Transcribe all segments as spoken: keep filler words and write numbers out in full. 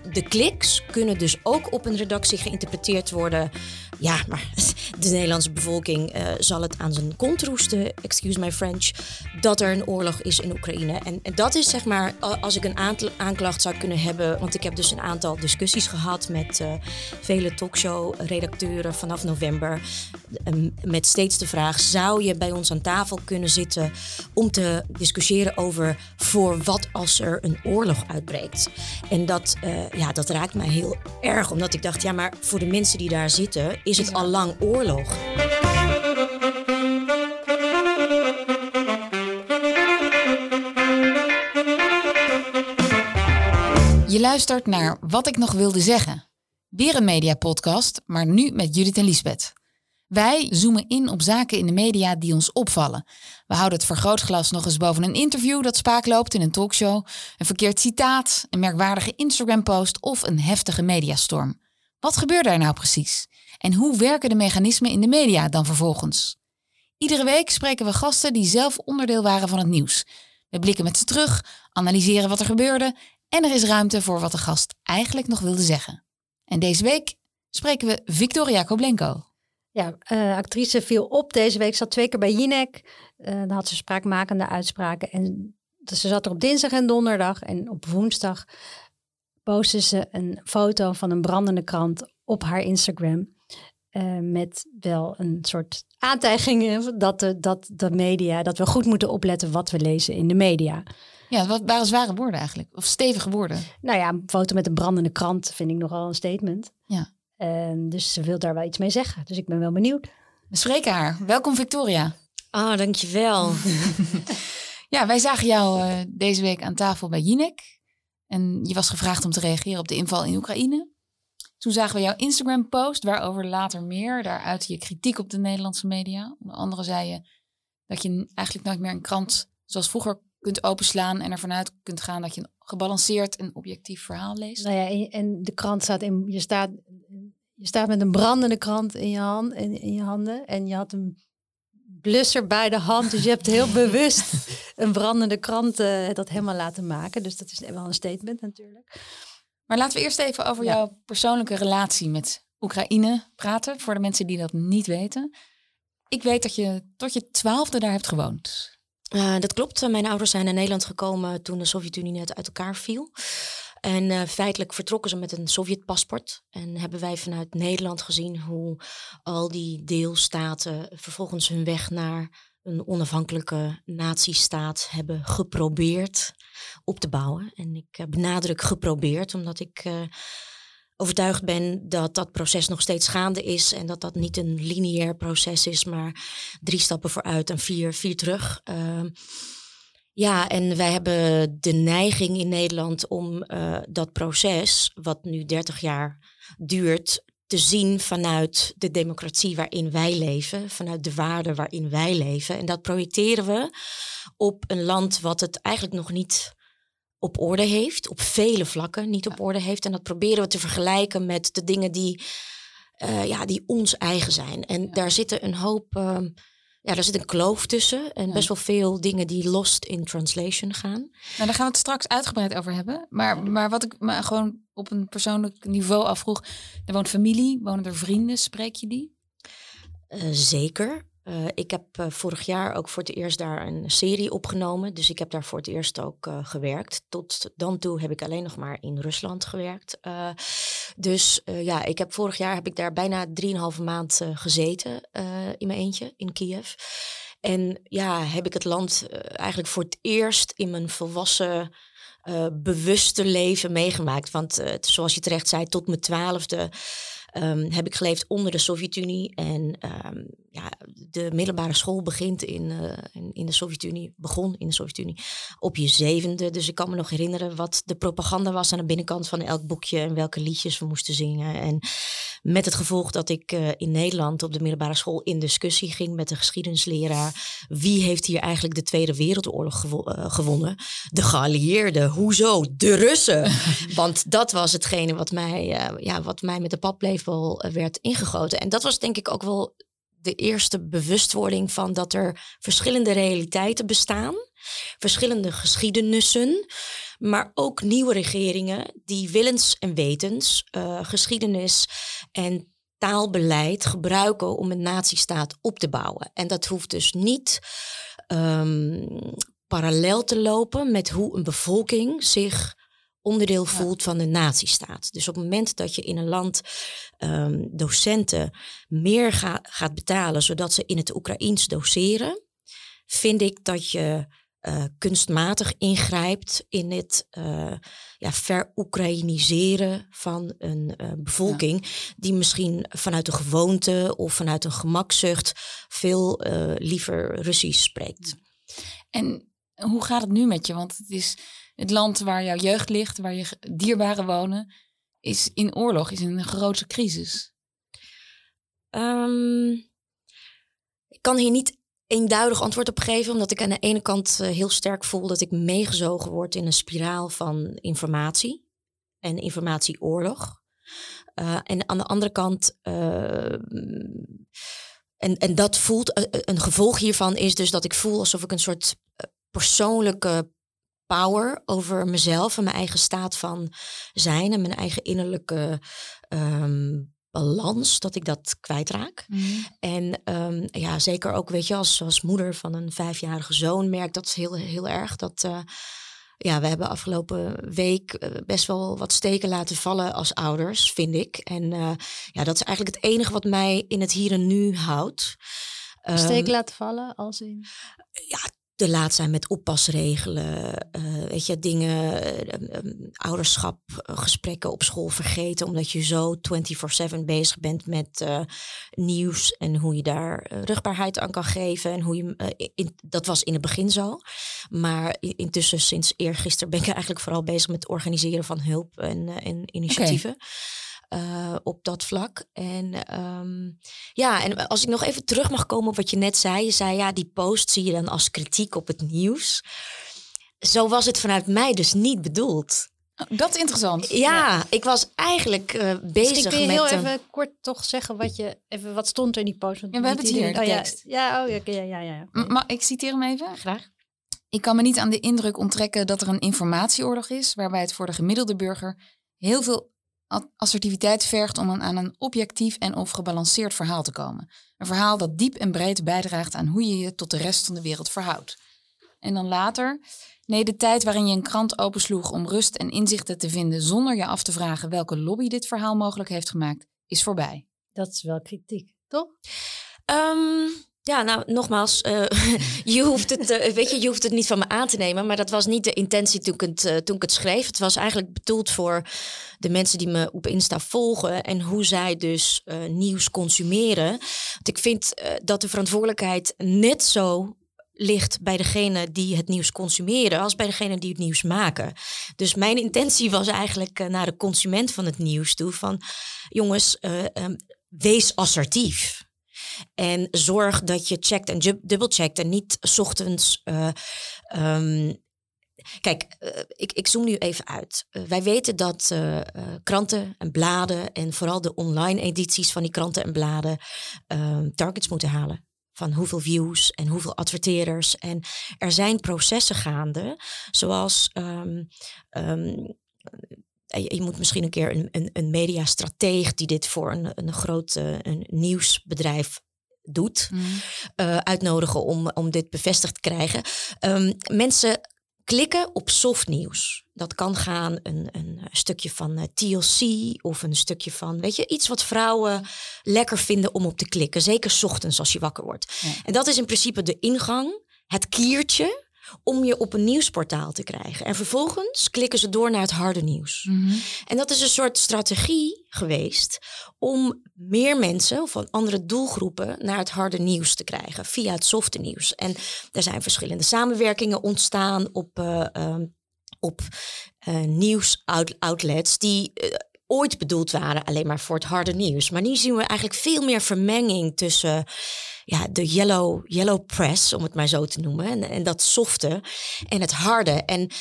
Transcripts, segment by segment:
de kliks kunnen dus ook op een redactie geïnterpreteerd worden. Ja, maar de Nederlandse bevolking uh, zal het aan zijn kont roesten, excuse my French, dat er een oorlog is in Oekraïne. En, en dat is zeg maar, als ik een aantal aanklacht zou kunnen hebben, want ik heb dus een aantal discussies gehad met uh, vele talkshow-redacteuren vanaf november, um, met steeds de vraag, zou je bij ons aan tafel kunnen zitten om te discussiëren over voor wat als er een oorlog uitbreekt. En dat, uh, ja, dat raakt mij heel erg, omdat ik dacht, ja, maar voor de mensen die daar zitten is het al lang oorlog. Je luistert naar Wat ik nog wilde zeggen. Weer een mediapodcast, maar nu met Judith en Liesbeth. Wij zoomen in op zaken in de media die ons opvallen. We houden het vergrootglas nog eens boven een interview dat spaak loopt in een talkshow, een verkeerd citaat, een merkwaardige Instagram-post of een heftige mediastorm. Wat gebeurt daar nou precies? En hoe werken de mechanismen in de media dan vervolgens? Iedere week spreken we gasten die zelf onderdeel waren van het nieuws. We blikken met ze terug, analyseren wat er gebeurde en er is ruimte voor wat de gast eigenlijk nog wilde zeggen. En deze week spreken we Victoria Koblenko. Ja, uh, actrice viel op deze week, zat twee keer bij Jinek. Uh, dan had ze spraakmakende uitspraken. En dus ze zat er op dinsdag en donderdag. En op woensdag postte ze een foto van een brandende krant op haar Instagram. Uh, met wel een soort aantijgingen dat de, dat de media, dat we goed moeten opletten wat we lezen in de media. Ja, wat waren zware woorden eigenlijk? Of stevige woorden? Nou ja, een foto met een brandende krant vind ik nogal een statement. Ja. Uh, dus ze wil daar wel iets mee zeggen. Dus ik ben wel benieuwd. We spreken haar. Welkom Victoria. Ah, dankjewel. Ja, wij zagen jou uh, deze week aan tafel bij Jinek. En je was gevraagd om te reageren op de inval in Oekraïne. Toen zagen we jouw Instagram-post, waarover later meer. Daar uitte je kritiek op de Nederlandse media. Onder andere zei je dat je eigenlijk nooit meer een krant zoals vroeger kunt openslaan en ervan uit kunt gaan dat je een gebalanceerd en objectief verhaal leest. Nou ja, en de krant staat in, je staat, je staat met een brandende krant in je, hand, in, in je handen en je had een blusser bij de hand, dus je hebt heel bewust een brandende krant uh, dat helemaal laten maken. Dus dat is wel een statement natuurlijk. Maar laten we eerst even over ja. jouw persoonlijke relatie met Oekraïne praten, voor de mensen die dat niet weten. Ik weet dat je tot je twaalfde daar hebt gewoond. Uh, dat klopt. Mijn ouders zijn naar Nederland gekomen toen de Sovjet-Unie net uit elkaar viel. En uh, feitelijk vertrokken ze met een Sovjet-paspoort. En hebben wij vanuit Nederland gezien hoe al die deelstaten vervolgens hun weg naar een onafhankelijke natiestaat hebben geprobeerd op te bouwen. En ik uh, benadruk geprobeerd, omdat ik uh, overtuigd ben dat dat proces nog steeds gaande is en dat dat niet een lineair proces is, maar drie stappen vooruit en vier, vier terug. Uh, ja, en wij hebben de neiging in Nederland om uh, dat proces, wat nu dertig jaar duurt, te zien vanuit de democratie waarin wij leven, vanuit de waarden waarin wij leven. En dat projecteren we op een land wat het eigenlijk nog niet op orde heeft, op vele vlakken niet op orde heeft. En dat proberen we te vergelijken met de dingen die, uh, ja, die ons eigen zijn. En ja. daar zitten een hoop, uh, ja, daar zit een kloof tussen. En ja. best wel veel dingen die lost in translation gaan. Nou, daar gaan we het straks uitgebreid over hebben. Maar, maar wat ik me gewoon op een persoonlijk niveau afvroeg, er woont familie, wonen er vrienden, spreek je die? Uh, zeker. Uh, ik heb uh, vorig jaar ook voor het eerst daar een serie opgenomen. Dus ik heb daar voor het eerst ook uh, gewerkt. Tot dan toe heb ik alleen nog maar in Rusland gewerkt. Uh, dus uh, ja, ik heb vorig jaar heb ik daar bijna drieënhalve maand uh, gezeten uh, in mijn eentje in Kiev. En ja, heb ik het land uh, eigenlijk voor het eerst in mijn volwassen uh, bewuste leven meegemaakt. Want uh, zoals je terecht zei, tot mijn twaalfde Um, heb ik geleefd onder de Sovjet-Unie. En um, ja, de middelbare school begint in, uh, in, in de Sovjet-Unie, begon in de Sovjet-Unie op je zevende. Dus ik kan me nog herinneren wat de propaganda was aan de binnenkant van elk boekje en welke liedjes we moesten zingen. En met het gevolg dat ik uh, in Nederland op de middelbare school in discussie ging met de geschiedenisleraar. Wie heeft hier eigenlijk de Tweede Wereldoorlog gewo- uh, gewonnen? De geallieerden. Hoezo? De Russen. Want dat was hetgene wat mij, uh, ja, wat mij met de paplepel uh, werd ingegoten. En dat was denk ik ook wel de eerste bewustwording van dat er verschillende realiteiten bestaan. Verschillende geschiedenissen. Maar ook nieuwe regeringen die willens en wetens uh, geschiedenis en taalbeleid gebruiken om een natiestaat op te bouwen. En dat hoeft dus niet um, parallel te lopen met hoe een bevolking zich onderdeel ja. voelt van een natiestaat. Dus op het moment dat je in een land um, docenten meer ga, gaat betalen, zodat ze in het Oekraïens doseren, vind ik dat je uh, kunstmatig ingrijpt in het uh, ja, ver-Oekraïniseren van een uh, bevolking ja. die misschien vanuit een gewoonte of vanuit een gemakzucht veel uh, liever Russisch spreekt. En hoe gaat het nu met je? Want het is het land waar jouw jeugd ligt, waar je dierbaren wonen, is in oorlog, is in een grote crisis. Um, ik kan hier niet eenduidig antwoord op geven, omdat ik aan de ene kant uh, heel sterk voel dat ik meegezogen word in een spiraal van informatie en informatieoorlog. Uh, en aan de andere kant, uh, en, en dat voelt, uh, een gevolg hiervan is dus dat ik voel alsof ik een soort uh, persoonlijke power over mezelf en mijn eigen staat van zijn en mijn eigen innerlijke um, balans, dat ik dat kwijtraak. Mm. En um, ja, zeker ook, weet je, als, als moeder van een vijfjarige zoon merk dat heel, heel erg. Dat uh, ja, we hebben afgelopen week uh, best wel wat steken laten vallen als ouders, vind ik. En uh, ja, dat is eigenlijk het enige wat mij in het hier en nu houdt. Um, steken laten vallen als in? Ja, te laat zijn met oppasregelen, uh, weet je, dingen, uh, um, ouderschap, uh, gesprekken op school vergeten, omdat je zo vierentwintig zeven bezig bent met uh, nieuws en hoe je daar uh, rugbaarheid aan kan geven. En hoe je, uh, in, dat was in het begin zo. Maar intussen, sinds eergisteren, ben ik eigenlijk vooral bezig met het organiseren van hulp en, uh, en initiatieven. Okay. Uh, op dat vlak. En um, ja, en als ik nog even terug mag komen op wat je net zei. Je zei, ja, die post zie je dan als kritiek op het nieuws. Zo was het vanuit mij dus niet bedoeld. Dat is interessant. Ja, ja. Ik was eigenlijk uh, bezig met... Kun je met, heel uh, even kort toch zeggen wat je... Even, wat stond er in die post? Ja, we hebben het hier, de oh, tekst. Ja, ja, oh, ja, ja, ja, ja. Okay. Maar ik citeer hem even. Graag. Ik kan me niet aan de indruk onttrekken dat er een informatieoorlog is, waarbij het voor de gemiddelde burger heel veel assertiviteit vergt om aan een objectief en of gebalanceerd verhaal te komen. Een verhaal dat diep en breed bijdraagt aan hoe je je tot de rest van de wereld verhoudt. En dan later, nee, de tijd waarin je een krant opensloeg om rust en inzichten te vinden zonder je af te vragen welke lobby dit verhaal mogelijk heeft gemaakt, is voorbij. Dat is wel kritiek, toch? Um, ja, nou, nogmaals, uh, je, hoeft het, uh, weet je, je hoeft het niet van me aan te nemen, maar dat was niet de intentie toen ik het, uh, toen ik het schreef. Het was eigenlijk bedoeld voor de mensen die me op Insta volgen en hoe zij dus uh, nieuws consumeren. Want ik vind uh, dat de verantwoordelijkheid net zo ligt bij degene die het nieuws consumeren als bij degene die het nieuws maken. Dus mijn intentie was eigenlijk uh, naar de consument van het nieuws toe van jongens, uh, um, wees assertief. En zorg dat je checkt en dubbelcheckt en niet 's ochtends... Uh, um, kijk, uh, ik, ik zoom nu even uit. Uh, wij weten dat uh, uh, kranten en bladen en vooral de online edities van die kranten en bladen uh, targets moeten halen. Van hoeveel views en hoeveel adverteerders. En er zijn processen gaande, zoals... Um, um, Je, je moet misschien een keer een, een, een mediastrateeg die dit voor een, een groot uh, een nieuwsbedrijf doet, mm. uh, uitnodigen om, om dit bevestigd te krijgen. Um, mensen klikken op softnieuws. Dat kan gaan een, een stukje van uh, T L C of een stukje van, weet je, iets wat vrouwen lekker vinden om op te klikken. Zeker 's ochtends als je wakker wordt. Ja. En dat is in principe de ingang, het kiertje om je op een nieuwsportaal te krijgen. En vervolgens klikken ze door naar het harde nieuws. Mm-hmm. En dat is een soort strategie geweest om meer mensen of van andere doelgroepen naar het harde nieuws te krijgen via het softe nieuws. En er zijn verschillende samenwerkingen ontstaan op, uh, um, op uh, nieuwsoutlets die uh, ooit bedoeld waren alleen maar voor het harde nieuws. Maar nu zien we eigenlijk veel meer vermenging tussen ja, de yellow, yellow press, om het maar zo te noemen, en, en dat softe en het harde. En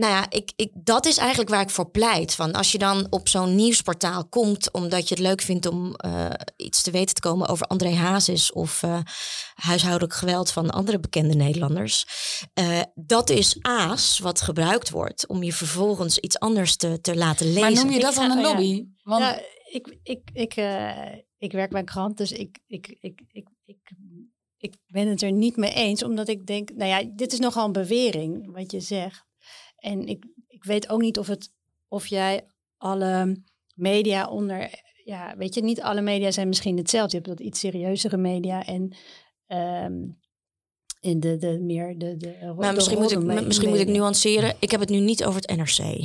Nou ja, ik, ik, dat is eigenlijk waar ik voor pleit. Van als je dan op zo'n nieuwsportaal komt omdat je het leuk vindt om uh, iets te weten te komen over André Hazes of uh, huishoudelijk geweld van andere bekende Nederlanders. Uh, dat is aas wat gebruikt wordt om je vervolgens iets anders te, te laten lezen. Maar noem je dat ik dan ga, een lobby? Ja, Want... ja, ik, ik, ik, uh, ik werk bij een krant, dus ik, ik, ik, ik, ik, ik ben het er niet mee eens. Omdat ik denk, nou ja, dit is nogal een bewering wat je zegt. En ik, ik weet ook niet of, het, of jij alle media onder... Ja, weet je, niet alle media zijn misschien hetzelfde. Je hebt dat iets serieuzere media en... Um, in de, de meer de, de maar misschien, moet ik, misschien moet ik nuanceren. Ik heb het nu niet over het N R C.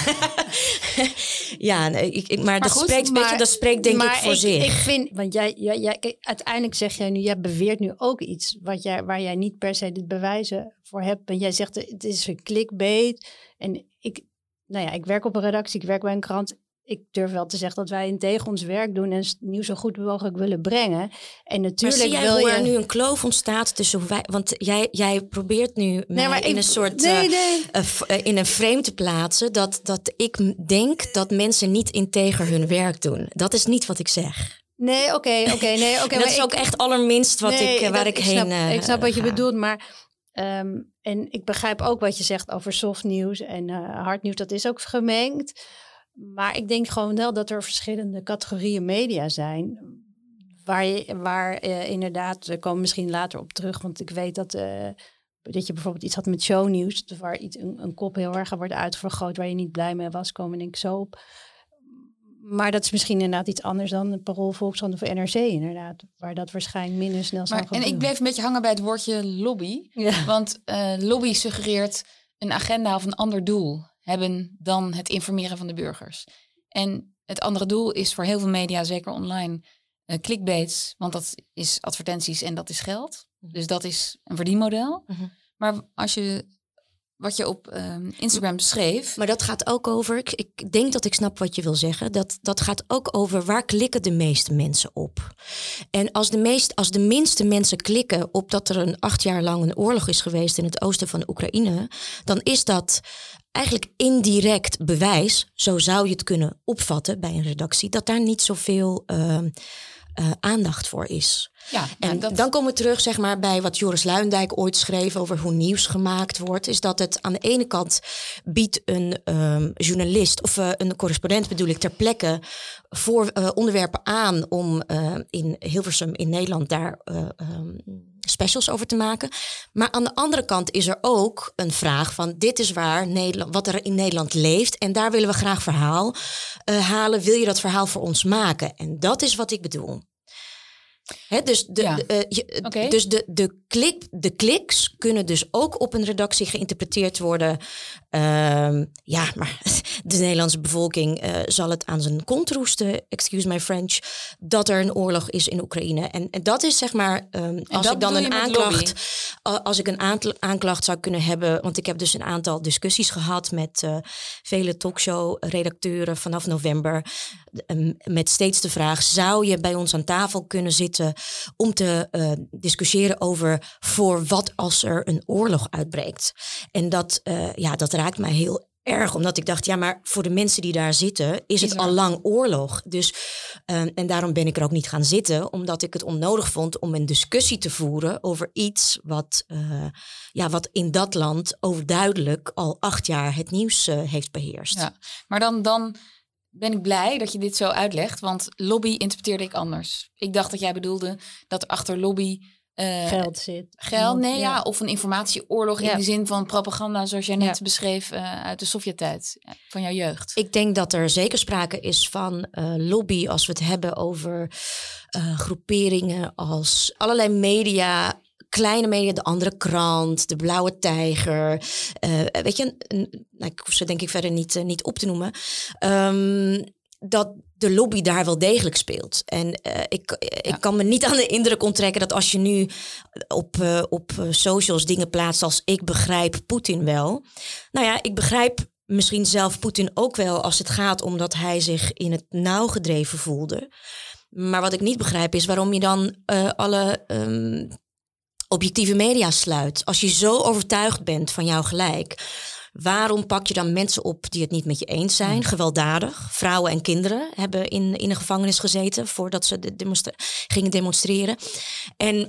ja, nee, ik, ik, maar, maar dat, goed, spreekt, maar, beetje, dat spreekt denk ik voor ik, zich. Ik vind, want jij, jij, jij, kijk, uiteindelijk zeg jij nu, jij beweert nu ook iets wat jij, waar jij niet per se de bewijzen voor hebt. En jij zegt, het is een clickbait. En ik, nou ja, ik werk op een redactie, ik werk bij een krant. Ik durf wel te zeggen dat wij tegen ons werk doen en het nieuws zo goed mogelijk willen brengen. En natuurlijk maar zie jij wil hoe je... er nu een kloof ontstaat tussen hoe wij... Want jij, jij probeert nu nee, mij in ik, een soort... Nee, nee. Uh, uh, in een frame te plaatsen dat, dat ik denk dat mensen niet integer hun werk doen. Dat is niet wat ik zeg. Nee, oké, okay, oké. Okay, nee, okay, dat is ik, ook echt allerminst wat nee, ik, uh, waar dat, ik, ik heen snap, uh, Ik snap wat je ga. bedoelt, maar... Um, en ik begrijp ook wat je zegt over softnieuws en uh, hardnieuws. Dat is ook gemengd. Maar ik denk gewoon wel dat er verschillende categorieën media zijn. Waar, je, waar uh, inderdaad, we komen misschien later op terug. Want ik weet dat, uh, dat je bijvoorbeeld iets had met shownieuws. Waar iets, een, een kop heel erg wordt uitvergroot. Waar je niet blij mee was, komen denk ik zo op. Maar dat is misschien inderdaad iets anders dan de Parool, Volkskrant of N R C inderdaad. Waar dat waarschijnlijk minder snel zou gebeuren. En ik bleef een beetje hangen bij het woordje lobby. Ja. Want uh, lobby suggereert een agenda of een ander doel hebben dan het informeren van de burgers. En het andere doel is voor heel veel media, zeker online, uh, clickbaits. Want dat is advertenties en dat is geld. Dus dat is een verdienmodel. Uh-huh. Maar als je... wat je op uh, Instagram beschreef. Maar dat gaat ook over, ik, ik denk dat ik snap wat je wil zeggen. Dat, dat gaat ook over waar klikken de meeste mensen op. En als de, meest, als de minste mensen klikken op dat er een acht jaar lang een oorlog is geweest in het oosten van de Oekraïne, dan is dat eigenlijk indirect bewijs, zo zou je het kunnen opvatten bij een redactie, dat daar niet zoveel uh, uh, aandacht voor is. Ja, en dat... dan komen we terug zeg maar, bij wat Joris Luijendijk ooit schreef over hoe nieuws gemaakt wordt. Is dat het aan de ene kant biedt een um, journalist of uh, een correspondent bedoel ik ter plekke voor uh, onderwerpen aan om uh, in Hilversum in Nederland daar uh, um, specials over te maken. Maar aan de andere kant is er ook een vraag van dit is waar Nederland, wat er in Nederland leeft en daar willen we graag verhaal uh, halen. Wil je dat verhaal voor ons maken? En dat is wat ik bedoel. He, dus de, ja. de, uh, je, okay. dus de, de, klik, de kliks kunnen dus ook op een redactie geïnterpreteerd worden. Uh, ja, maar de Nederlandse bevolking uh, zal het aan zijn kont roesten, excuse my French, dat er een oorlog is in Oekraïne. En, en dat is zeg maar, um, als ik dan een aanklacht, uh, als ik een aanklacht zou kunnen hebben, want ik heb dus een aantal discussies gehad met uh, vele talkshow-redacteuren vanaf november, um, met steeds de vraag, zou je bij ons aan tafel kunnen zitten om te uh, discussiëren over voor wat als er een oorlog uitbreekt. En dat, uh, ja, dat raakt mij heel erg, omdat ik dacht, ja, maar voor de mensen die daar zitten, is, is het er al lang oorlog. Dus, uh, en daarom ben ik er ook niet gaan zitten, omdat ik het onnodig vond om een discussie te voeren over iets wat, uh, ja, wat in dat land overduidelijk al acht jaar het nieuws uh, heeft beheerst. Ja, maar dan... dan... ben ik blij dat je dit zo uitlegt, want lobby interpreteerde ik anders. Ik dacht dat jij bedoelde dat er achter lobby... Uh, geld zit. Geld, nee, ja. ja. Of een informatieoorlog ja. in de zin van propaganda, zoals jij net ja. beschreef uh, uit de Sovjet-tijd, ja, van jouw jeugd. Ik denk dat er zeker sprake is van uh, lobby als we het hebben over uh, groeperingen als allerlei media... Kleine media, de Andere Krant, de Blauwe Tijger. Uh, weet je, een, nou, ik hoef ze denk ik verder niet, uh, niet op te noemen. Um, dat de lobby daar wel degelijk speelt. En uh, ik, ja. ik kan me niet aan de indruk onttrekken dat als je nu op, uh, op socials dingen plaatst als ik begrijp Poetin wel. Nou ja, ik begrijp misschien zelf Poetin ook wel als het gaat om dat hij zich in het nauw gedreven voelde. Maar wat ik niet begrijp is waarom je dan uh, alle... Um, objectieve media sluit. Als je zo overtuigd bent van jouw gelijk, Waarom pak je dan mensen op die het niet met je eens zijn? Mm. Gewelddadig. Vrouwen en kinderen hebben in, in een gevangenis gezeten voordat ze de demonstra- gingen demonstreren. En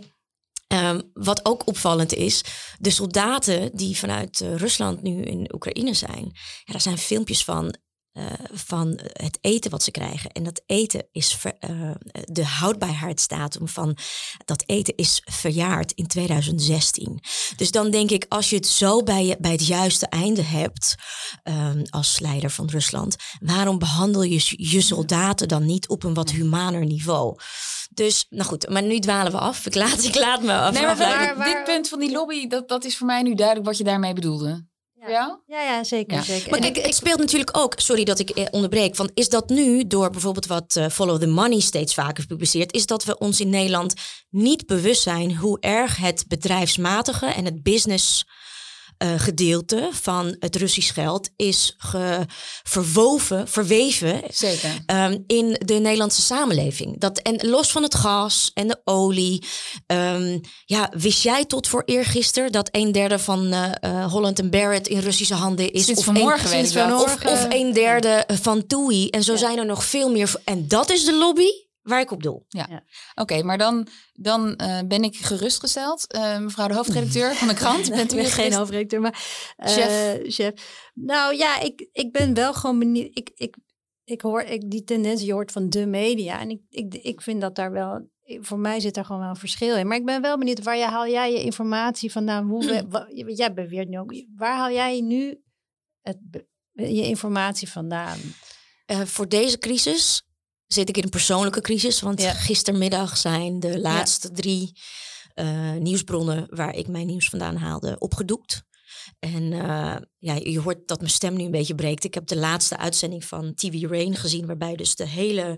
um, wat ook opvallend is, de soldaten die vanuit uh, Rusland nu in Oekraïne zijn, ja, daar zijn filmpjes van. Uh, van het eten wat ze krijgen. En dat eten is ver, uh, de houdbaarheidsdatum van dat eten is verjaard in twintig zestien. Dus dan denk ik, als je het zo bij, je, bij het juiste einde hebt, um, als leider van Rusland, waarom behandel je je soldaten dan niet op een wat humaner niveau? Dus, nou goed, maar nu dwalen we af. Ik laat, ik laat me af. Nee, maar waar, waar, dit punt van die lobby, dat, dat is voor mij nu duidelijk wat je daarmee bedoelde. Ja, ja, ja zeker, ja. zeker. Maar kijk, het speelt natuurlijk ook, sorry dat ik onderbreek, van is dat nu door bijvoorbeeld wat uh, Follow the Money steeds vaker publiceert, is dat we ons in Nederland niet bewust zijn hoe erg het bedrijfsmatige en het business uh, gedeelte van het Russisch geld is ge- verwoven, verweven Zeker. Um, in de Nederlandse samenleving. Dat, en los van het gas en de olie. Um, ja, wist jij tot voor eergisteren dat een derde van uh, uh, Holland en Barrett in Russische handen is? Sinds of vanmorgen, een, weet ik wel. Of, of een derde van T U I. En zo ja. zijn er nog veel meer. En dat is de lobby waar ik op doel. Ja. ja. Oké, okay, maar dan, dan uh, ben ik gerustgesteld. Uh, mevrouw de hoofdredacteur van de krant. Bent u geen hoofdredacteur, maar uh, chef. chef. Nou ja, ik, ik ben wel gewoon benieuwd. Ik, ik, ik hoor ik, die tendens, je hoort van de media. En ik, ik, ik vind dat daar wel, voor mij zit daar gewoon wel een verschil in. Maar ik ben wel benieuwd, waar je, haal jij je informatie vandaan? Hoe we, wat, jij beweert nu ook. Waar haal jij nu het, je informatie vandaan? Uh, voor deze crisis zit ik in een persoonlijke crisis. Want ja. gistermiddag zijn de laatste ja. drie uh, nieuwsbronnen waar ik mijn nieuws vandaan haalde opgedoekt. En uh, ja, je hoort dat mijn stem nu een beetje breekt. Ik heb de laatste uitzending van T V Rain gezien, waarbij dus de hele,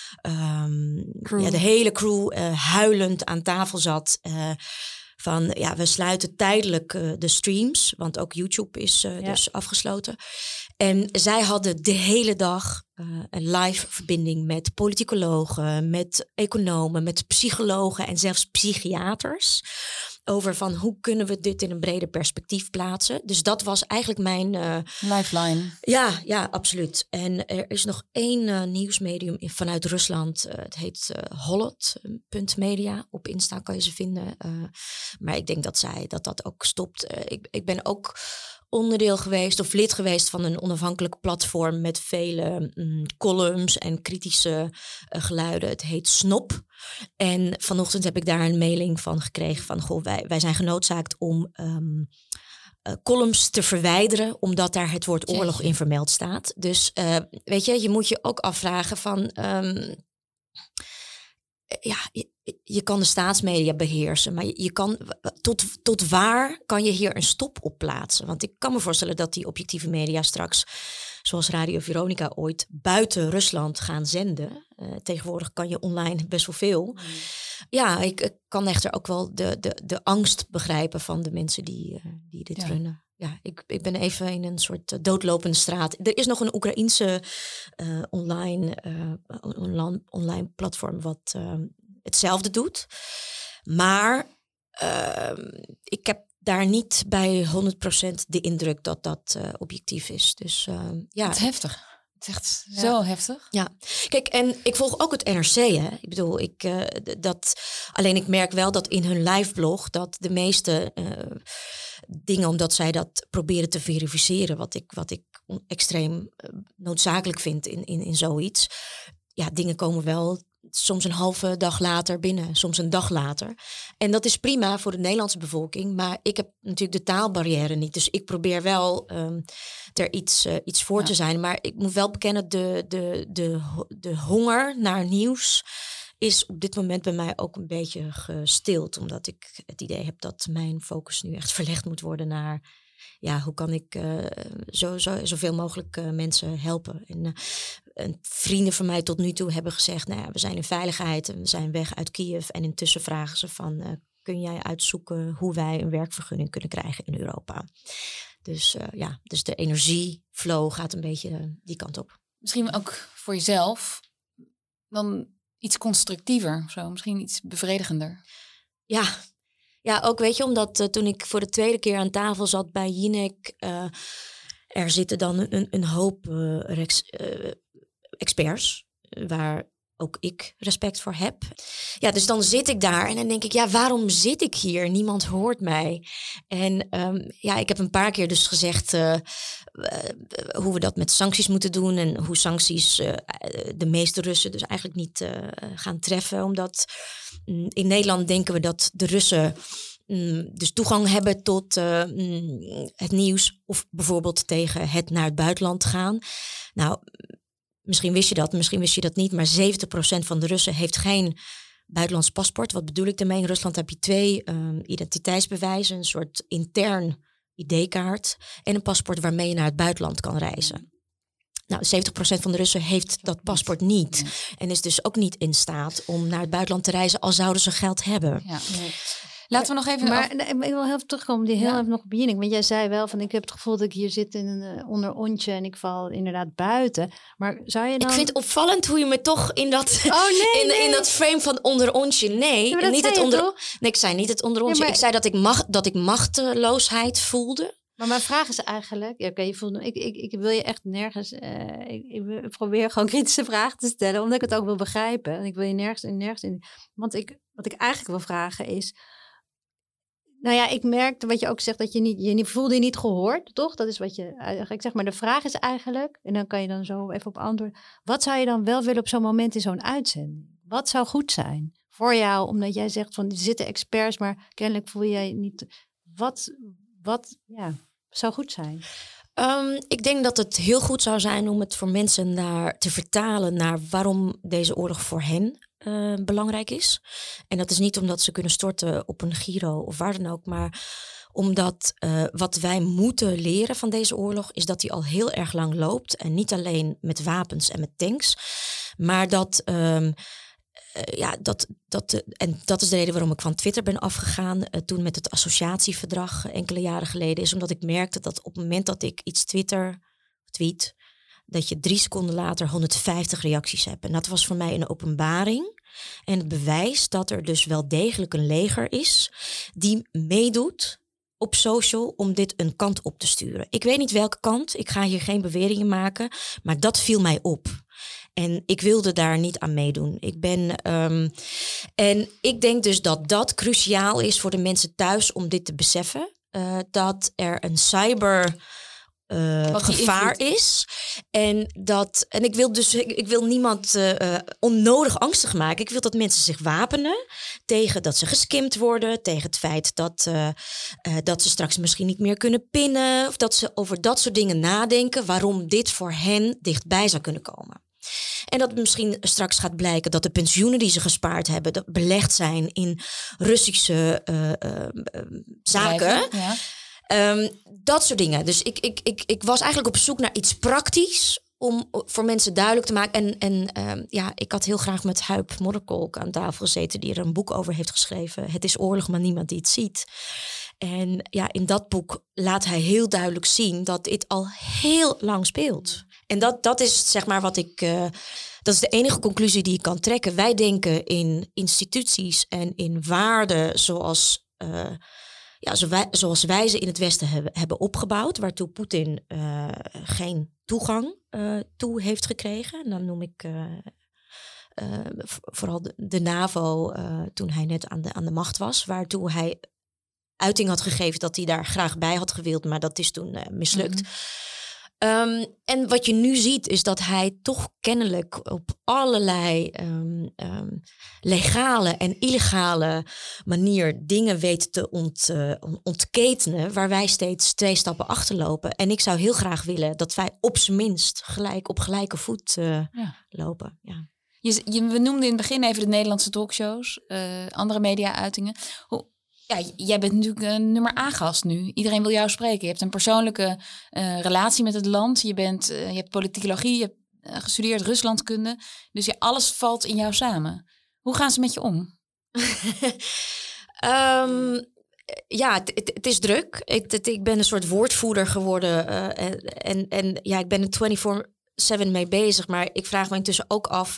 um, crew. Ja, de hele crew uh, huilend aan tafel zat. Uh, van ja, we sluiten tijdelijk uh, de streams, want ook YouTube is uh, ja. dus afgesloten. En zij hadden de hele dag uh, een live verbinding met politicologen, met economen, met psychologen en zelfs psychiaters. Over van hoe kunnen we dit in een breder perspectief plaatsen. Dus dat was eigenlijk mijn Uh, lifeline. Ja, ja, absoluut. En er is nog één uh, nieuwsmedium in, vanuit Rusland. Uh, het heet uh, Holot punt media. Op Insta kan je ze vinden. Uh, maar ik denk dat zij dat dat ook stopt. Uh, ik, ik ben ook onderdeel geweest of lid geweest van een onafhankelijk platform met vele um, columns en kritische uh, geluiden. Het heet Snop. En vanochtend heb ik daar een mailing van gekregen van goh, wij, wij zijn genoodzaakt om um, uh, columns te verwijderen, omdat daar het woord oorlog in vermeld staat. Dus uh, weet je, je moet je ook afvragen van Um, ja, je, je kan de staatsmedia beheersen, maar je, je kan tot, tot waar kan je hier een stop op plaatsen? Want ik kan me voorstellen dat die objectieve media straks, zoals Radio Veronica ooit, buiten Rusland gaan zenden. Uh, tegenwoordig kan je online best wel veel. Mm. Ja, ik, ik kan echter ook wel de, de, de angst begrijpen van de mensen die, uh, die dit ja. runnen. Ja, ik, ik ben even in een soort uh, doodlopende straat. Er is nog een Oekraïense uh, online, uh, online, online platform wat uh, hetzelfde doet. Maar uh, ik heb daar niet bij honderd procent de indruk dat dat uh, objectief is. Dus uh, ja. Het is heftig. Het is echt ja. zo heftig. Ja, kijk, en ik volg ook het N R C, hè. Ik bedoel, ik, uh, dat, alleen ik merk wel dat in hun liveblog dat de meeste uh, dingen, omdat zij dat proberen te verifiëren, wat ik, wat ik extreem uh, noodzakelijk vind in, in, in zoiets. Ja, dingen komen wel soms een halve dag later binnen, soms een dag later. En dat is prima voor de Nederlandse bevolking, maar ik heb natuurlijk de taalbarrière niet. Dus ik probeer wel um, er iets, uh, iets voor ja. te zijn. Maar ik moet wel bekennen, de, de, de, de honger naar nieuws is op dit moment bij mij ook een beetje gestild. Omdat ik het idee heb dat mijn focus nu echt verlegd moet worden naar ja, hoe kan ik uh, zo, zo, zoveel mogelijk uh, mensen helpen. En, uh, en vrienden van mij tot nu toe hebben gezegd, nou ja, we zijn in veiligheid en we zijn weg uit Kiev. En intussen vragen ze van, uh, kun jij uitzoeken hoe wij een werkvergunning kunnen krijgen in Europa? Dus uh, ja, dus de energieflow gaat een beetje uh, die kant op. Misschien ook voor jezelf dan iets constructiever, zo, misschien iets bevredigender. Ja. Ja, ook weet je, omdat uh, toen ik voor de tweede keer aan tafel zat bij Jinek, uh, er zitten dan een, een hoop uh, rex, uh, experts waar ook ik respect voor heb. Ja, dus dan zit ik daar en dan denk ik, ja, waarom zit ik hier? Niemand hoort mij. En um, ja, ik heb een paar keer dus gezegd uh, uh, hoe we dat met sancties moeten doen en hoe sancties uh, de meeste Russen dus eigenlijk niet uh, gaan treffen. Omdat um, in Nederland denken we dat de Russen um, dus toegang hebben tot uh, um, het nieuws of bijvoorbeeld tegen het naar het buitenland gaan. Nou, misschien wist je dat, misschien wist je dat niet, maar zeventig procent van de Russen heeft geen buitenlands paspoort. Wat bedoel ik daarmee? In Rusland heb je twee um, identiteitsbewijzen, een soort intern I D-kaart en een paspoort waarmee je naar het buitenland kan reizen. Nou, zeventig procent van de Russen heeft dat paspoort niet. Nee. En is dus ook niet in staat om naar het buitenland te reizen, al zouden ze geld hebben. Ja. Nee. Laten we nog even... Maar af... ik wil heel even terugkomen, die heel ja. even nog op Jinek. Want jij zei wel van, ik heb het gevoel dat ik hier zit in een uh, onderontje en ik val inderdaad buiten. Maar zou je dan... Ik vind het opvallend hoe je me toch in dat, oh, nee, in, nee. in dat frame van onderontje... Nee, ja, niet het onder... toch? nee, ik zei niet het onderontje. Ja, maar... Ik zei dat ik, mag, dat ik machteloosheid voelde. Maar mijn vraag is eigenlijk... Ja, okay, je voelt, ik, ik, ik wil je echt nergens... Uh, ik, ik probeer gewoon kritische vragen te stellen, omdat ik het ook wil begrijpen. En ik wil je nergens, nergens in... Want ik, wat ik eigenlijk wil vragen is... Nou ja, ik merkte wat je ook zegt, dat je niet, je voelde je niet gehoord, toch? Dat is wat je eigenlijk zegt. Maar de vraag is eigenlijk, en dan kan je dan zo even op antwoorden. Wat zou je dan wel willen op zo'n moment in zo'n uitzending? Wat zou goed zijn voor jou? Omdat jij zegt van, er zitten experts, maar kennelijk voel jij niet. Wat, wat ja, zou goed zijn? Um, ik denk dat het heel goed zou zijn om het voor mensen naar, te vertalen naar waarom deze oorlog voor hen Uh, belangrijk is. En dat is niet omdat ze kunnen storten op een Giro of waar dan ook, maar omdat uh, wat wij moeten leren van deze oorlog is dat die al heel erg lang loopt en niet alleen met wapens en met tanks, maar dat um, uh, ja, dat, dat uh, en dat is de reden waarom ik van Twitter ben afgegaan uh, toen met het associatieverdrag uh, enkele jaren geleden, is omdat ik merkte dat op het moment dat ik iets Twitter tweet, dat je drie seconden later honderdvijftig reacties hebt. En dat was voor mij een openbaring. En het bewijs dat er dus wel degelijk een leger is die meedoet op social om dit een kant op te sturen. Ik weet niet welke kant, ik ga hier geen beweringen maken, maar dat viel mij op. En ik wilde daar niet aan meedoen. Ik ben, um, en ik denk dus dat dat cruciaal is voor de mensen thuis om dit te beseffen. Uh, dat er een cyber... Uh, gevaar is. En dat en ik wil dus ik, ik wil niemand uh, uh, onnodig angstig maken. Ik wil dat mensen zich wapenen tegen dat ze geskimd worden, tegen het feit dat, uh, uh, dat ze straks misschien niet meer kunnen pinnen, of dat ze over dat soort dingen nadenken, waarom dit voor hen dichtbij zou kunnen komen. En dat misschien straks gaat blijken dat de pensioenen die ze gespaard hebben, dat belegd zijn in Russische uh, uh, uh, zaken. Ja. Um, dat soort dingen. Dus ik, ik, ik, ik was eigenlijk op zoek naar iets praktisch om voor mensen duidelijk te maken. En, en um, ja, ik had heel graag met Huib Modderkolk aan tafel gezeten, die er een boek over heeft geschreven. Het is oorlog, maar niemand die het ziet. En ja, in dat boek laat hij heel duidelijk zien dat dit al heel lang speelt. En dat, dat is zeg maar wat ik... Uh, dat is de enige conclusie die ik kan trekken. Wij denken in instituties en in waarden zoals... Uh, Ja, zoals wij ze in het Westen hebben, hebben opgebouwd, waartoe Poetin uh, geen toegang uh, toe heeft gekregen. En dan noem ik uh, uh, vooral de, de NAVO uh, toen hij net aan de, aan de macht was, waartoe hij uiting had gegeven dat hij daar graag bij had gewild, maar dat is toen uh, mislukt. Mm-hmm. Um, en wat je nu ziet is dat hij toch kennelijk op allerlei um, um, legale en illegale manier dingen weet te ont, uh, ontketenen, waar wij steeds twee stappen achterlopen. En ik zou heel graag willen dat wij op zijn minst gelijk op gelijke voet uh, ja. lopen. Ja. Je, je, we noemden in het begin even de Nederlandse talkshows, uh, andere media-uitingen. Hoe Ja, jij bent natuurlijk een nummer A-gast nu. Iedereen wil jou spreken. Je hebt een persoonlijke uh, relatie met het land. Je, bent, uh, je hebt politicologie, je hebt uh, gestudeerd Ruslandkunde. Dus ja, alles valt in jou samen. Hoe gaan ze met je om? um, ja, het, het, het is druk. Ik, het, ik ben een soort woordvoerder geworden. Uh, en, en, en ja, ik ben er vierentwintig zeven mee bezig. Maar ik vraag me intussen ook af...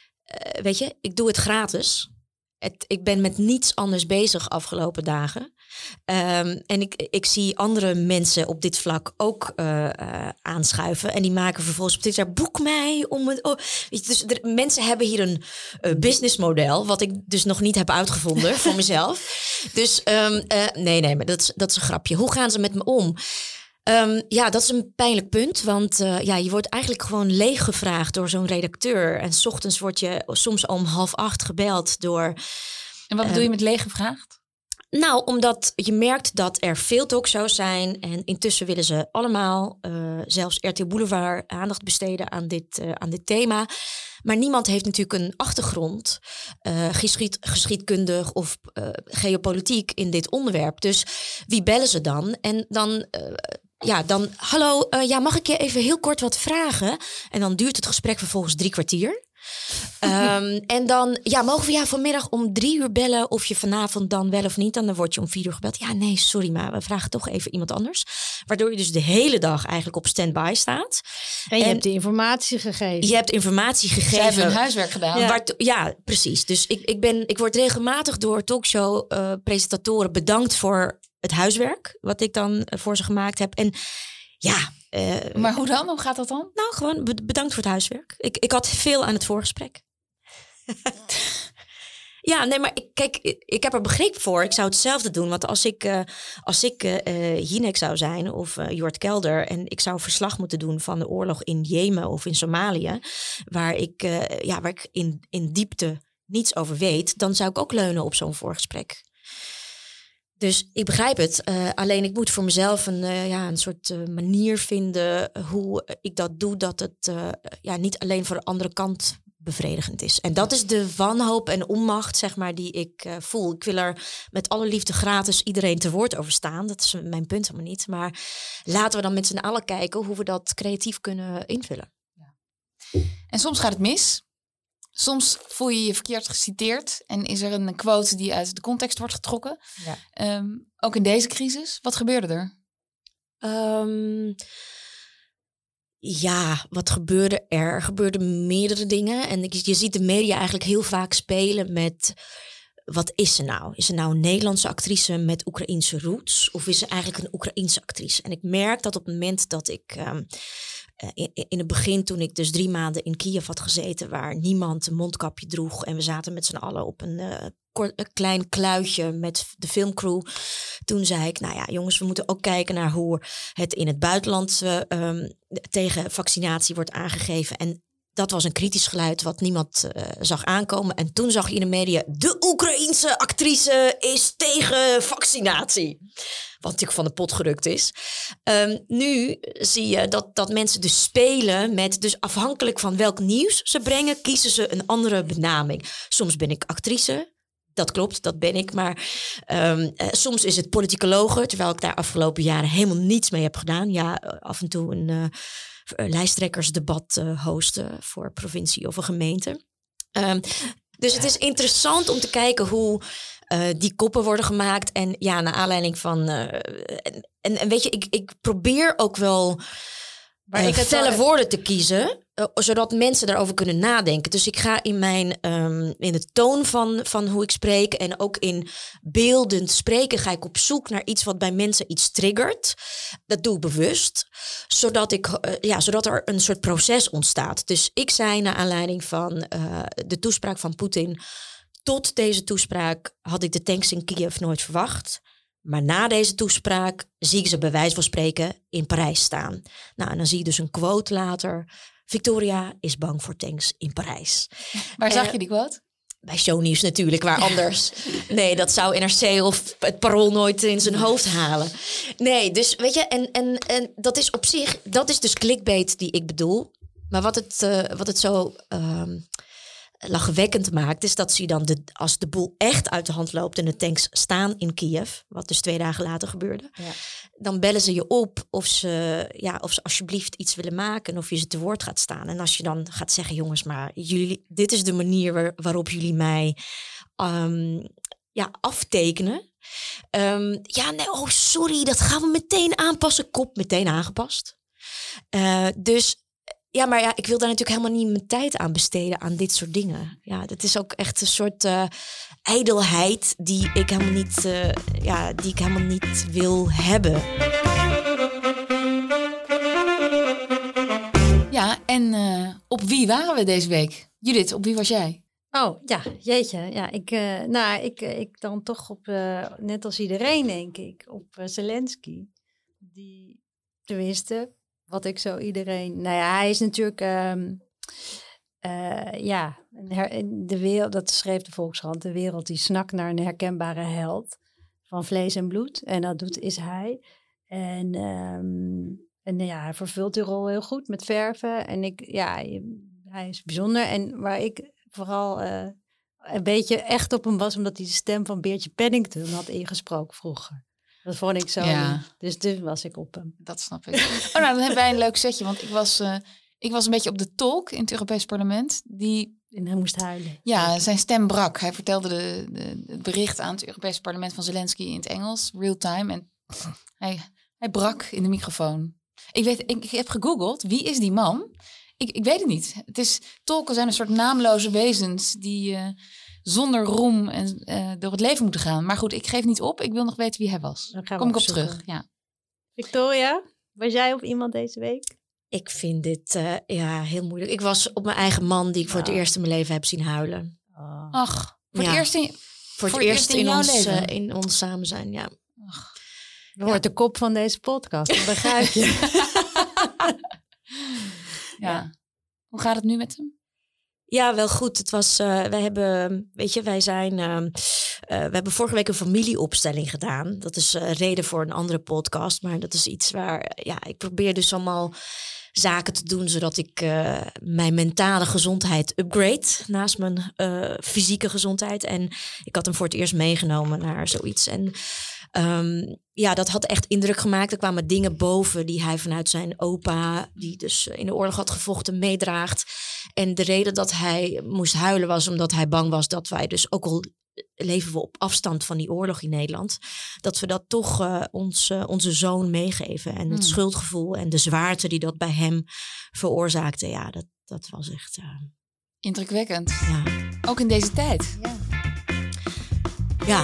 Uh, weet je, ik doe het gratis... Het, ik ben met niets anders bezig afgelopen dagen. Um, en ik, ik zie andere mensen op dit vlak ook uh, uh, aanschuiven. En die maken vervolgens op Twitter, boek mij om het... Oh. Dus er, mensen hebben hier een uh, businessmodel, wat ik dus nog niet heb uitgevonden voor mezelf. Dus um, uh, nee, nee, maar dat is, dat is een grapje. Hoe gaan ze met me om? Um, ja, dat is een pijnlijk punt. Want uh, ja, je wordt eigenlijk gewoon leeggevraagd door zo'n redacteur. En 's ochtends word je soms om half acht gebeld door... En wat bedoel uh, je met leeggevraagd? Nou, omdat je merkt dat er veel talkshows zijn. En intussen willen ze allemaal, uh, zelfs R T L Boulevard, aandacht besteden aan dit, uh, aan dit thema. Maar niemand heeft natuurlijk een achtergrond, uh, geschied, geschiedkundig of uh, geopolitiek in dit onderwerp. Dus wie bellen ze dan? En dan... Uh, Ja, dan, hallo, uh, ja, mag ik je even heel kort wat vragen? En dan duurt het gesprek vervolgens drie kwartier. um, en dan, ja, mogen we jou vanmiddag om drie uur bellen of je vanavond dan wel of niet? En dan word je om vier uur gebeld. Ja, nee, sorry, maar we vragen toch even iemand anders. Waardoor je dus de hele dag eigenlijk op stand-by staat. En je en hebt de informatie gegeven. Je hebt informatie gegeven. Ze hebben hun huiswerk gedaan. Ja, waar, ja precies. Dus ik, ik, ben, ik word regelmatig door talkshow-presentatoren uh, bedankt voor het huiswerk wat ik dan voor ze gemaakt heb. En ja... Uh, maar hoe dan? Hoe gaat dat dan? Nou, gewoon bedankt voor het huiswerk. Ik, ik had veel aan het voorgesprek. Ja, nee, maar ik, kijk, ik heb er begrip voor. Ik zou hetzelfde doen. Want als ik, uh, als ik uh, Jinek zou zijn of uh, Jort Kelder... en ik zou verslag moeten doen van de oorlog in Jemen of in Somalië... waar ik, uh, ja, waar ik in, in diepte niets over weet... dan zou ik ook leunen op zo'n voorgesprek. Dus ik begrijp het. Uh, alleen ik moet voor mezelf een, uh, ja, een soort uh, manier vinden hoe ik dat doe. Dat het uh, ja, niet alleen voor de andere kant bevredigend is. En dat is de wanhoop en onmacht, zeg maar, die ik uh, voel. Ik wil er met alle liefde gratis iedereen te woord over staan. Dat is mijn punt helemaal niet. Maar laten we dan met z'n allen kijken hoe we dat creatief kunnen invullen. Ja. En soms gaat het mis. Soms voel je je verkeerd geciteerd en is er een quote die uit de context wordt getrokken. Ja. Um, ook in deze crisis. Wat gebeurde er? Um, ja, wat gebeurde er? Er gebeurden meerdere dingen. En je ziet de media eigenlijk heel vaak spelen met... Wat is ze nou? Is ze nou een Nederlandse actrice met Oekraïense roots? Of is ze eigenlijk een Oekraïense actrice? En ik merk dat op het moment dat ik... Um, In, in het begin, toen ik dus drie maanden in Kiev had gezeten... waar niemand een mondkapje droeg... en we zaten met z'n allen op een, uh, kort, een klein kluitje met de filmcrew... toen zei ik, nou ja, jongens, we moeten ook kijken naar hoe het in het buitenland... Uh, um, tegen vaccinatie wordt aangegeven. En dat was een kritisch geluid wat niemand uh, zag aankomen. En toen zag je in de media... de Oekraïense actrice is tegen vaccinatie... wat natuurlijk van de pot gerukt is. Um, nu zie je dat, dat mensen dus spelen met... dus afhankelijk van welk nieuws ze brengen... kiezen ze een andere benaming. Soms ben ik actrice. Dat klopt, dat ben ik. Maar um, uh, soms is het politicologe... terwijl ik daar afgelopen jaren helemaal niets mee heb gedaan. Ja, af en toe een uh, lijsttrekkersdebat uh, hosten... voor provincie of een gemeente. Um, dus het is interessant om te kijken hoe... Uh, die koppen worden gemaakt. En ja, naar aanleiding van... Uh, en, en, en weet je, ik, ik probeer ook wel... Maar uh, ik felle wel... woorden te kiezen... Uh, zodat mensen daarover kunnen nadenken. Dus ik ga in mijn... Um, in de toon van, van hoe ik spreek... en ook in beeldend spreken... ga ik op zoek naar iets wat bij mensen iets triggert. Dat doe ik bewust. Zodat, ik, uh, ja, zodat er een soort proces ontstaat. Dus ik zei naar aanleiding van... Uh, de toespraak van Poetin... Tot deze toespraak had ik de tanks in Kiev nooit verwacht. Maar na deze toespraak zie ik ze bij wijze van spreken in Parijs staan. Nou, en dan zie je dus een quote later. Victoria is bang voor tanks in Parijs. Waar uh, zag je die quote? Bij Shownieuws natuurlijk, waar anders. Nee, dat zou N R C of het Parool nooit in zijn hoofd halen. Nee, dus weet je, en, en, en dat is op zich, dat is dus clickbait die ik bedoel. Maar wat het, uh, wat het zo... Uh, lachwekkend maakt, is dat ze dan de, als de boel echt uit de hand loopt en de tanks staan in Kiev, wat dus twee dagen later gebeurde, ja. Dan bellen ze je op of ze, ja, of ze alsjeblieft iets willen maken en of je ze te woord gaat staan. En als je dan gaat zeggen, jongens, maar jullie, dit is de manier waar, waarop jullie mij um, ja, aftekenen. Um, ja, nee, oh sorry, dat gaan we meteen aanpassen. Kop meteen aangepast. Uh, dus Ja, maar ja, ik wil daar natuurlijk helemaal niet mijn tijd aan besteden aan dit soort dingen. Ja, dat is ook echt een soort uh, ijdelheid die ik helemaal niet, uh, ja, die ik helemaal niet wil hebben. Ja, en uh, op wie waren we deze week? Judith, op wie was jij? Oh, ja, jeetje. Ja, ik, uh, nou, ik, ik dan toch op, uh, net als iedereen denk ik, op uh, Zelensky. Die, tenminste, wat ik zo iedereen... Nou ja, hij is natuurlijk, um, uh, ja, de wereld, dat schreef de Volkskrant, de wereld die snakt naar een herkenbare held van vlees en bloed. En dat doet, is hij. En, um, en ja, hij vervult die rol heel goed met verven. En ik, ja, hij is bijzonder. En waar ik... vooral uh, een beetje echt op hem was... omdat hij de stem van Beertje Paddington had ingesproken vroeger. Dat vond ik zo. Ja. Dus dus was ik op hem. Dat snap ik. Oh, nou, dan hebben wij een leuk setje. Want ik was, uh, ik was een beetje op de talk in het Europees Parlement. Die, en hij moest huilen. Ja, zijn stem brak. Hij vertelde de, de, het bericht aan het Europees Parlement van Zelensky in het Engels. Real time. En hij, hij brak in de microfoon. Ik, weet, ik, ik heb gegoogeld. Wie is die man? Ik, ik weet het niet. Het is, tolken zijn een soort naamloze wezens die uh, zonder roem en, uh, door het leven moeten gaan. Maar goed, ik geef niet op. Ik wil nog weten wie hij was. Kom ik op terug. Ja. Victoria, was jij op iemand deze week? Ik vind dit uh, ja, heel moeilijk. Ik was op mijn eigen man die ik voor oh. het eerst in mijn leven heb zien huilen. Oh. Ach, voor ja. het eerst in, voor voor het, het eerst in, in jouw ons, leven? Uh, in ons samen zijn, ja. Ach. Dat wordt ja. de kop van deze podcast, dat begrijp je. ja. ja. Hoe gaat het nu met hem? Ja, wel goed. Het was, uh, wij hebben, weet je, wij zijn, uh, uh, we hebben vorige week een familieopstelling gedaan. Dat is uh, reden voor een andere podcast, maar dat is iets waar, ja, ik probeer dus allemaal zaken te doen zodat ik uh, mijn mentale gezondheid upgrade naast mijn uh, fysieke gezondheid. En ik had hem voor het eerst meegenomen naar zoiets. En um, ja, dat had echt indruk gemaakt. Er kwamen dingen boven die hij vanuit zijn opa, die dus in de oorlog had gevochten, meedraagt. En de reden dat hij moest huilen was omdat hij bang was dat wij dus, ook al leven we op afstand van die oorlog in Nederland, dat we dat toch uh, ons, uh, onze zoon meegeven. En het hmm. schuldgevoel en de zwaarte die dat bij hem veroorzaakte. Ja, dat, dat was echt... Uh... indrukwekkend. Ja. Ook in deze tijd. Ja. Ja.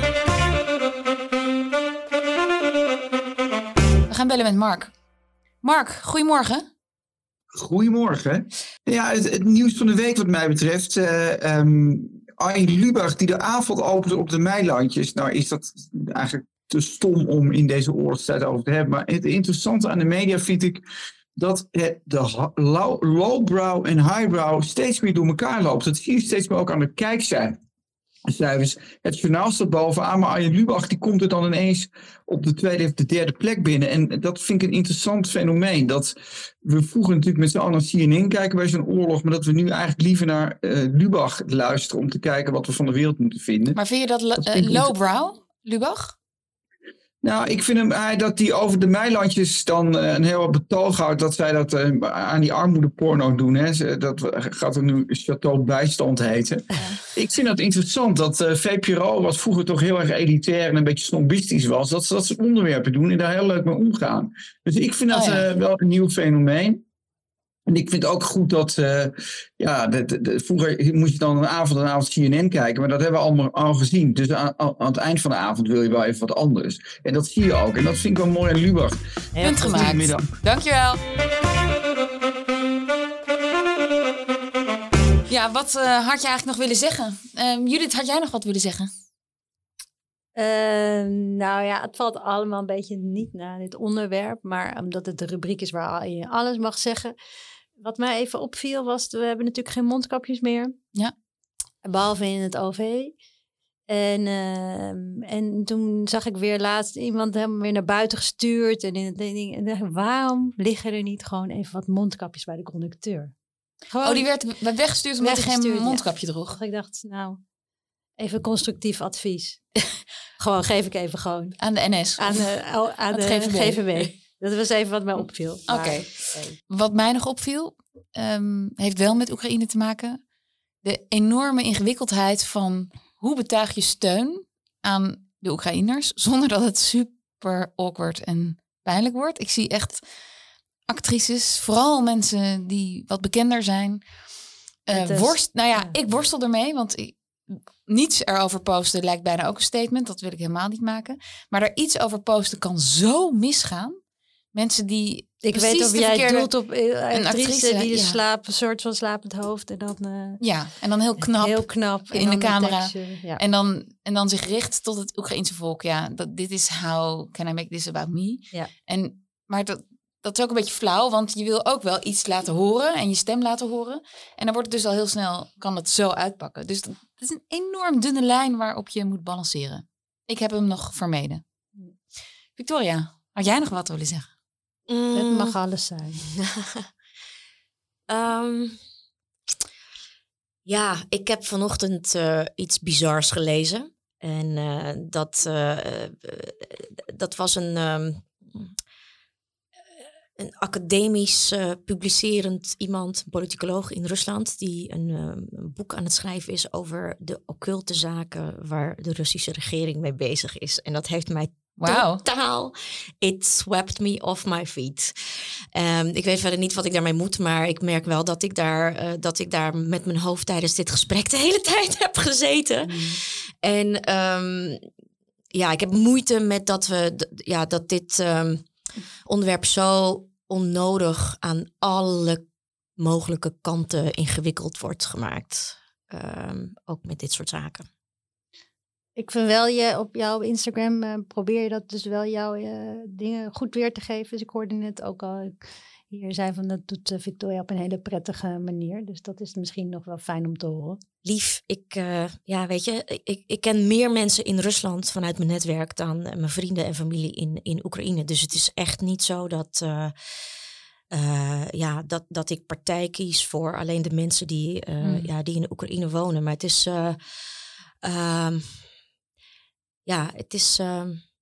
We gaan bellen met Mark. Mark, goedemorgen. Goedemorgen. Ja, het, het nieuws van de week wat mij betreft. Uh, um, Arjen Lubach die de avond opende op de Meilandjes. Nou is dat eigenlijk te stom om in deze oorlogstijd over te hebben. Maar het interessante aan de media vind ik dat de low, lowbrow en highbrow steeds meer door elkaar loopt. Dat zie je steeds meer ook aan de kijkcijfers. Het journaal staat bovenaan, maar Arjen Lubach die komt er dan ineens op de tweede of de derde plek binnen. En dat vind ik een interessant fenomeen. Dat we vroeger natuurlijk met z'n allen naar C N N kijken bij zo'n oorlog, maar dat we nu eigenlijk liever naar uh, Lubach luisteren om te kijken wat we van de wereld moeten vinden. Maar vind je dat, dat uh, lowbrow, Lubach? Nou, ik vind hem, hij, dat hij over de Meilandjes dan uh, een heel betoog houdt dat zij dat uh, aan die armoedeporno doen. Hè. Dat gaat er nu Chateau Bijstand heten. Ja. Ik vind dat interessant dat uh, V P R O, wat vroeger toch heel erg elitair en een beetje snobistisch was, dat ze dat soort onderwerpen doen en daar heel leuk mee omgaan. Dus ik vind dat oh ja. uh, wel een nieuw fenomeen. En ik vind ook goed dat, uh, ja, de, de, de, vroeger moest je dan een avond en avond C N N kijken, maar dat hebben we allemaal al gezien. Dus aan, aan het eind van de avond wil je wel even wat anders. En dat zie je ook. En dat vind ik wel mooi aan Lubach. Punt gemaakt. Dankjewel. Ja, wat uh, had je eigenlijk nog willen zeggen? Uh, Judith, had jij nog wat willen zeggen? Uh, nou ja, het valt allemaal een beetje niet naar dit onderwerp, maar omdat het de rubriek is waar je alles mag zeggen. Wat mij even opviel was, we hebben natuurlijk geen mondkapjes meer. Ja. Behalve in het O V. En, uh, en toen zag ik weer laatst iemand helemaal weer naar buiten gestuurd. En in het ding. En dacht, waarom liggen er niet gewoon even wat mondkapjes bij de conducteur? Gewoon, oh, die werd weggestuurd omdat hij geen mondkapje ja. droeg. Ik dacht, nou, even constructief advies. Gewoon, geef ik even gewoon. Aan de N S? Aan de, aan de G V B. G V B. Dat was even wat mij opviel. Oké. Okay. Okay. Wat mij nog opviel, um, heeft wel met Oekraïne te maken. De enorme ingewikkeldheid van hoe betuig je steun aan de Oekraïners zonder dat het super awkward en pijnlijk wordt. Ik zie echt actrices, vooral mensen die wat bekender zijn. Uh, is, worst, nou ja, ja, ik worstel ermee, want ik, niets erover posten lijkt bijna ook een statement. Dat wil ik helemaal niet maken. Maar er iets over posten kan zo misgaan. Mensen die Ik weet of jij verkeerde, doelt op uh, een actrice, actrice die ja. slaapt, een soort van slapend hoofd. En dan, uh, ja, en dan heel knap. Heel knap. In de camera. Tekstje, ja. En, dan, en dan zich richt tot het Oekraïense volk. Ja, dat, dit is how can I make this about me? Ja. En, maar dat, dat is ook een beetje flauw, want je wil ook wel iets laten horen en je stem laten horen. En dan wordt het dus al heel snel, kan het zo uitpakken. Dus het is een enorm dunne lijn waarop je moet balanceren. Ik heb hem nog vermeden. Victoria, had jij nog wat willen zeggen? Mm. Het mag alles zijn. um, ja, ik heb vanochtend uh, iets bizars gelezen. En uh, dat, uh, uh, dat was een, um, een academisch uh, publicerend iemand, een politicoloog in Rusland, die een, uh, een boek aan het schrijven is over de occulte zaken waar de Russische regering mee bezig is. En dat heeft mij Wow. Totaal. It swept me off my feet. Um, ik weet verder niet wat ik daarmee moet, maar ik merk wel dat ik daar, uh, dat ik daar met mijn hoofd tijdens dit gesprek de hele tijd heb gezeten. Mm. En um, ja, ik heb moeite met dat we, d- ja, dat dit um, onderwerp zo onnodig aan alle mogelijke kanten ingewikkeld wordt gemaakt. Um, ook met dit soort zaken. Ik vind wel, je op jouw Instagram uh, probeer je dat dus wel jouw uh, dingen goed weer te geven. Dus ik hoorde net ook al hier zei van dat doet uh, Victoria op een hele prettige manier. Dus dat is misschien nog wel fijn om te horen. Lief, ik, uh, ja, weet je, ik, ik ken meer mensen in Rusland vanuit mijn netwerk dan uh, mijn vrienden en familie in, in Oekraïne. Dus het is echt niet zo dat, uh, uh, ja, dat, dat ik partij kies voor alleen de mensen die, uh, hmm. ja, die in de Oekraïne wonen. Maar het is... Uh, uh, Ja, het is. Uh,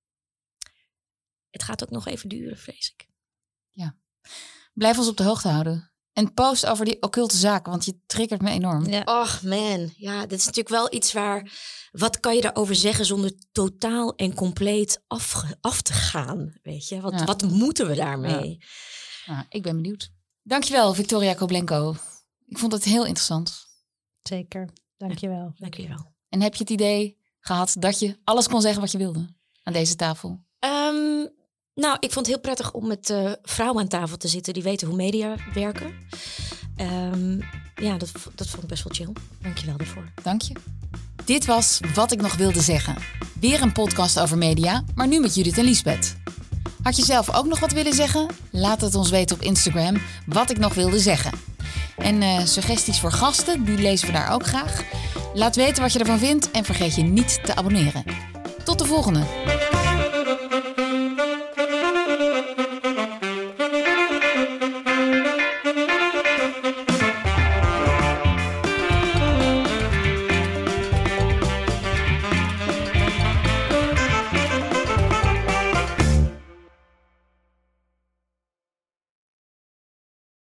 het gaat ook nog even duren, vrees ik. Ja. Blijf ons op de hoogte houden. En post over die occulte zaken, want je triggert me enorm. Ja. Och man, ja, dit is natuurlijk wel iets waar... Wat kan je daarover zeggen zonder totaal en compleet af, af te gaan? Weet je, wat, ja. wat moeten we daarmee? Ja. Nou, ik ben benieuwd. Dankjewel, Victoria Koblenko. Ik vond het heel interessant. Zeker, dankjewel. Ja, dankjewel. En heb je het idee gehad dat je alles kon zeggen wat je wilde aan deze tafel? Um, nou, ik vond het heel prettig om met uh, vrouwen aan tafel te zitten die weten hoe media werken. Um, ja, dat, dat vond ik best wel chill. Dank je wel daarvoor. Dank je. Dit was Wat ik nog wilde zeggen. Weer een podcast over media, maar nu met Judith en Liesbeth. Had je zelf ook nog wat willen zeggen? Laat het ons weten op Instagram, Wat ik nog wilde zeggen. En uh, suggesties voor gasten, die lezen we daar ook graag. Laat weten wat je ervan vindt en vergeet je niet te abonneren. Tot de volgende!